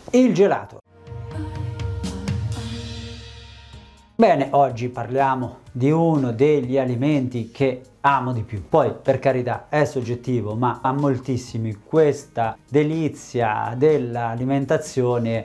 Il gelato. Bene, oggi parliamo di uno degli alimenti che amo di più. Poi, per carità, è soggettivo, ma a moltissimi questa delizia dell'alimentazione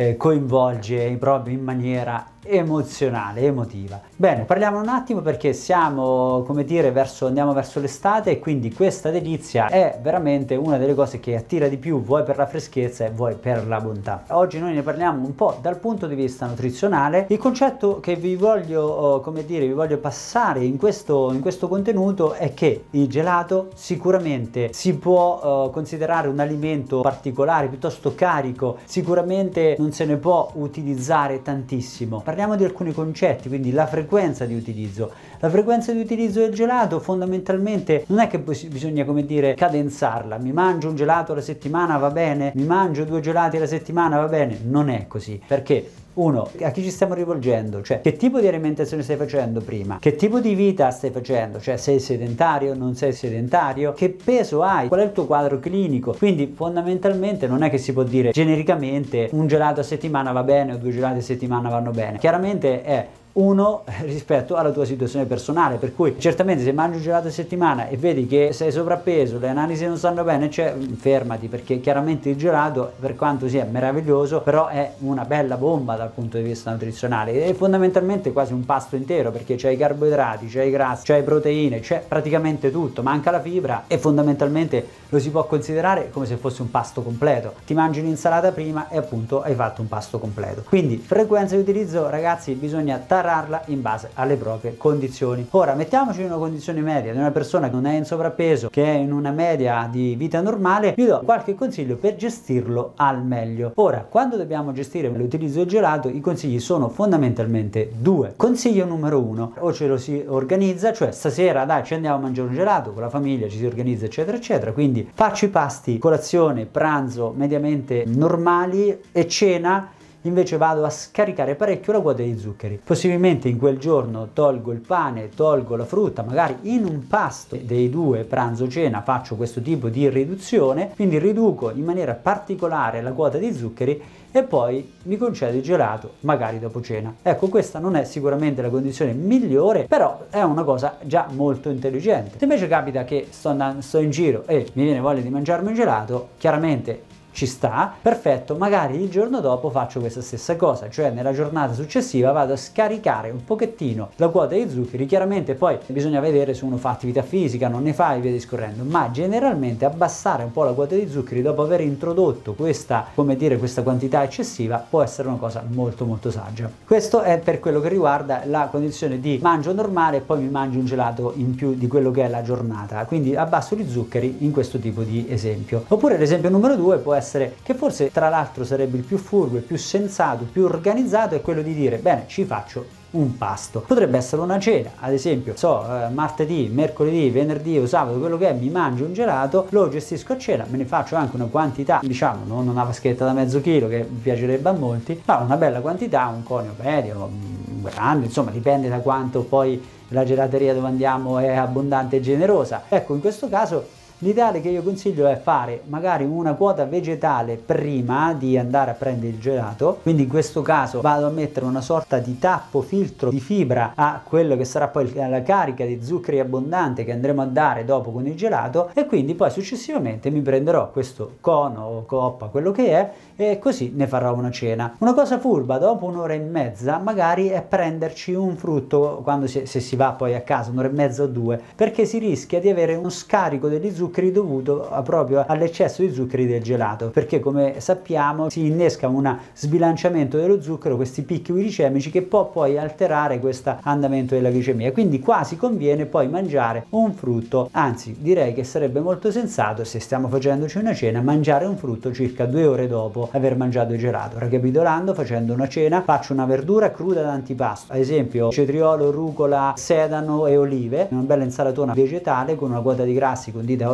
coinvolge proprio in maniera emozionale, emotiva. Bene, parliamo un attimo perché siamo, come dire, andiamo verso l'estate e quindi questa delizia è veramente una delle cose che attira di più, vuoi per la freschezza e vuoi per la bontà. Oggi noi ne parliamo un po' dal punto di vista nutrizionale. Il concetto che vi voglio, vi voglio passare in questo contenuto è che il gelato sicuramente si può considerare un alimento particolare, piuttosto carico, sicuramente non se ne può utilizzare tantissimo. Parliamo di alcuni concetti, quindi la frequenza di utilizzo. La frequenza di utilizzo del gelato fondamentalmente non è che bisogna, cadenzarla. Mi mangio un gelato alla settimana, va bene? Mi mangio 2 gelati alla settimana, va bene? Non è così, perché uno, a chi ci stiamo rivolgendo? Cioè, che tipo di alimentazione stai facendo prima? Che tipo di vita stai facendo? Cioè, sei sedentario? Non sei sedentario? Che peso hai? Qual è il tuo quadro clinico? Quindi, fondamentalmente, non è che si può dire genericamente un gelato a settimana va bene o 2 gelati a settimana vanno bene. Chiaramente è uno rispetto alla tua situazione personale, per cui certamente se mangi un gelato a settimana e vedi che sei sovrappeso, le analisi non stanno bene, fermati, perché chiaramente il gelato, per quanto sia meraviglioso, però è una bella bomba dal punto di vista nutrizionale, è fondamentalmente quasi un pasto intero, perché c'hai i carboidrati, c'hai i grassi, c'hai proteine, c'è praticamente tutto, manca la fibra e fondamentalmente lo si può considerare come se fosse un pasto completo. Ti mangi un'insalata prima e appunto hai fatto un pasto completo. Quindi frequenza di utilizzo, ragazzi, bisogna tararla in base alle proprie condizioni. Ora mettiamoci in una condizione media di una persona che non è in sovrappeso, che è in una media di vita normale. Vi do qualche consiglio per gestirlo al meglio. Ora, quando dobbiamo gestire l'utilizzo del gelato, i consigli sono fondamentalmente 2. Consiglio numero 1: o ce lo si organizza, cioè stasera dai ci andiamo a mangiare un gelato con la famiglia, ci si organizza eccetera eccetera, quindi faccio i pasti colazione, pranzo mediamente normali e cena invece vado a scaricare parecchio la quota di zuccheri. Possibilmente in quel giorno tolgo il pane, tolgo la frutta, magari in un pasto dei 2 pranzo-cena faccio questo tipo di riduzione, quindi riduco in maniera particolare la quota di zuccheri e poi mi concedo il gelato magari dopo cena. Ecco, questa non è sicuramente la condizione migliore, però è una cosa già molto intelligente. Se invece capita che sto in giro e mi viene voglia di mangiarmi un gelato, chiaramente ci sta, perfetto, magari il giorno dopo faccio questa stessa cosa, cioè nella giornata successiva vado a scaricare un pochettino la quota di zuccheri. Chiaramente poi bisogna vedere se uno fa attività fisica, non ne fa e via discorrendo, ma generalmente abbassare un po' la quota di zuccheri dopo aver introdotto questa quantità eccessiva può essere una cosa molto molto saggia. Questo è per quello che riguarda la condizione di mangio normale e poi mi mangio un gelato in più di quello che è la giornata, quindi abbasso gli zuccheri in questo tipo di esempio. Oppure l'esempio numero 2 può essere, che forse tra l'altro sarebbe il più furbo, il più sensato, il più organizzato, è quello di dire bene, ci faccio un pasto. Potrebbe essere una cena, ad esempio, martedì, mercoledì, venerdì o sabato, quello che è, mi mangio un gelato, lo gestisco a cena, me ne faccio anche una quantità, diciamo, non una vaschetta da mezzo chilo che piacerebbe a molti, ma una bella quantità, un conio medio, grande, insomma, dipende da quanto poi la gelateria dove andiamo è abbondante e generosa. Ecco, in questo caso l'ideale che io consiglio è fare magari una quota vegetale prima di andare a prendere il gelato, quindi in questo caso vado a mettere una sorta di tappo, filtro di fibra a quello che sarà poi la carica di zuccheri abbondante che andremo a dare dopo con il gelato, e quindi poi successivamente mi prenderò questo cono o coppa, quello che è, e così ne farò una cena. Una cosa furba dopo un'ora e mezza magari è prenderci un frutto, quando se si va poi a casa, un'ora e mezza o 2, perché si rischia di avere uno scarico degli zuccheri dovuto proprio all'eccesso di zuccheri del gelato, perché come sappiamo si innesca un sbilanciamento dello zucchero, questi picchi glicemici che può poi alterare questo andamento della glicemia, quindi quasi conviene poi mangiare un frutto, anzi direi che sarebbe molto sensato, se stiamo facendoci una cena, mangiare un frutto circa 2 ore dopo aver mangiato il gelato. Ricapitolando, facendo una cena faccio una verdura cruda d'antipasto, ad esempio cetriolo, rucola, sedano e olive, una bella insalatona vegetale con una quota di grassi condita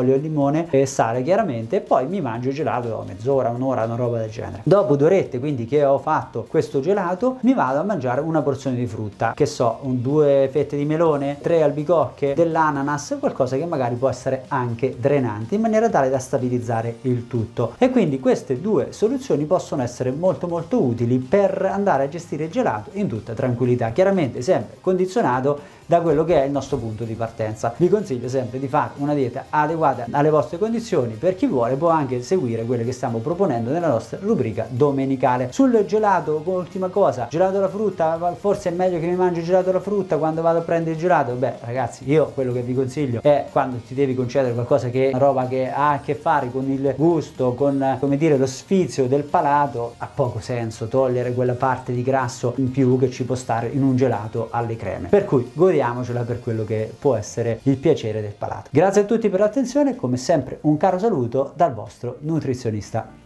olio e limone e sale chiaramente, e poi mi mangio il gelato dopo mezz'ora, un'ora, una roba del genere. Dopo 2 orette quindi che ho fatto questo gelato, mi vado a mangiare una porzione di frutta, che so, 2 fette di melone, 3 albicocche, dell'ananas, qualcosa che magari può essere anche drenante, in maniera tale da stabilizzare il tutto. E quindi queste 2 soluzioni possono essere molto utili per andare a gestire il gelato in tutta tranquillità, chiaramente sempre condizionato da quello che è il nostro punto di partenza. Vi consiglio sempre di fare una dieta adeguata alle vostre condizioni. Per chi vuole può anche seguire quelle che stiamo proponendo nella nostra rubrica domenicale. Sul gelato, ultima cosa, gelato alla frutta, forse è meglio che mi mangi il gelato alla frutta quando vado a prendere il gelato? Beh ragazzi, io quello che vi consiglio è, quando ti devi concedere qualcosa che è una roba che ha a che fare con il gusto, con, come dire, lo sfizio del palato, ha poco senso togliere quella parte di grasso in più che ci può stare in un gelato alle creme. Per cui godiamocela per quello che può essere il piacere del palato. Grazie a tutti per l'attenzione, come sempre un caro saluto dal vostro nutrizionista.